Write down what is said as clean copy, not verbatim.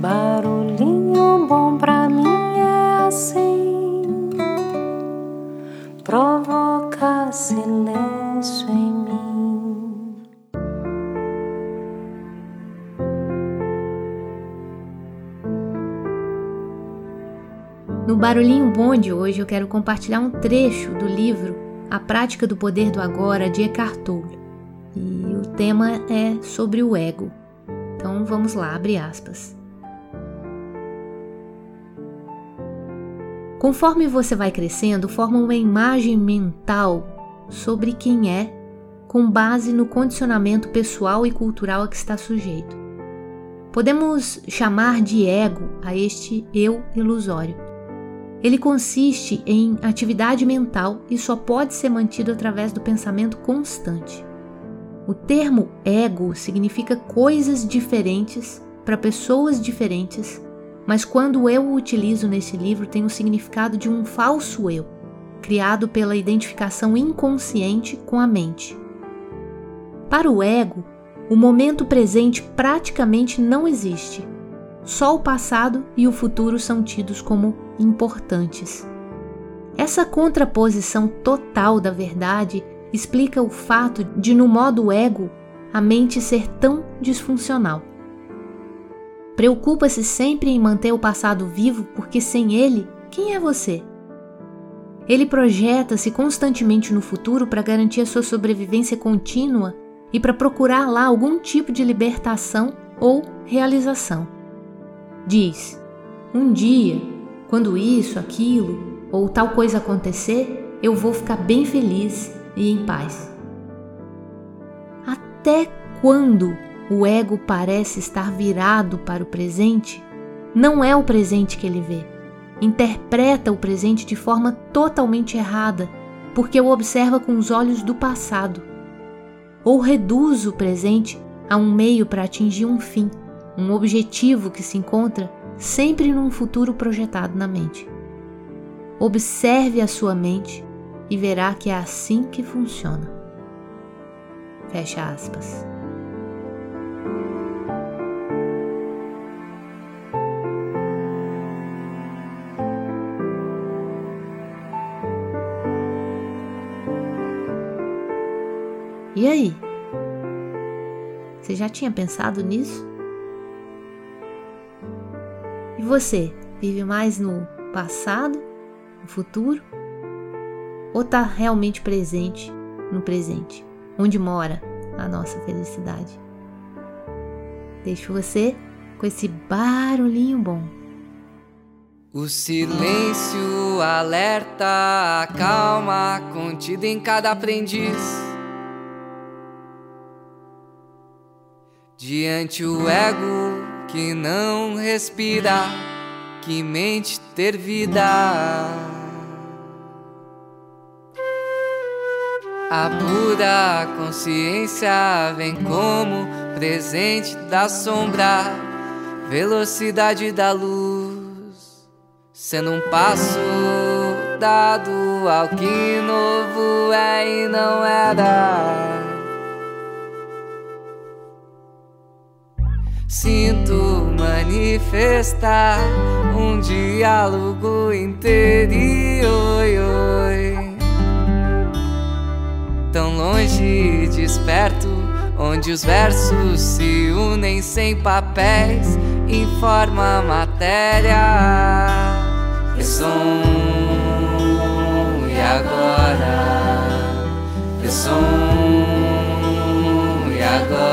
Barulhinho bom pra mim é assim, provoca silêncio em mim. No Barulhinho Bom de hoje eu quero compartilhar um trecho do livro A Prática do Poder do Agora, de Eckhart Tolle. E o tema é sobre o ego. Então vamos lá, abre aspas. Conforme você vai crescendo, forma uma imagem mental sobre quem é, com base no condicionamento pessoal e cultural a que está sujeito. Podemos chamar de ego a este eu ilusório. Ele consiste em atividade mental e só pode ser mantido através do pensamento constante. O termo ego significa coisas diferentes para pessoas diferentes, mas quando eu o utilizo nesse livro tem o significado de um falso eu, criado pela identificação inconsciente com a mente. Para o ego, o momento presente praticamente não existe. Só o passado e o futuro são tidos como importantes. Essa contraposição total da verdade explica o fato de, no modo ego, a mente ser tão disfuncional. Preocupa-se sempre em manter o passado vivo porque sem ele, quem é você? Ele projeta-se constantemente no futuro para garantir a sua sobrevivência contínua e para procurar lá algum tipo de libertação ou realização. Diz, um dia, quando isso, aquilo ou tal coisa acontecer, eu vou ficar bem feliz e em paz. Até quando o ego parece estar virado para o presente, não é o presente que ele vê. Interpreta o presente de forma totalmente errada, porque o observa com os olhos do passado. Ou reduz o presente a um meio para atingir um fim, um objetivo que se encontra sempre num futuro projetado na mente. Observe a sua mente e verá que é assim que funciona. Fecha aspas. E aí? Você já tinha pensado nisso? E você, vive mais no passado, no futuro? Ou está realmente presente no presente, onde mora a nossa felicidade? Deixo você com esse barulhinho bom. O silêncio alerta a calma contida em cada aprendiz. Diante o ego que não respira, que mente ter vida. A pura consciência vem como presente da sombra, velocidade da luz, sendo um passo dado ao que novo é e não era. Sinto manifestar um diálogo interior, tão longe, desperto, onde os versos se unem sem papéis, em forma matéria. Pessom, e agora? Pessom, e agora?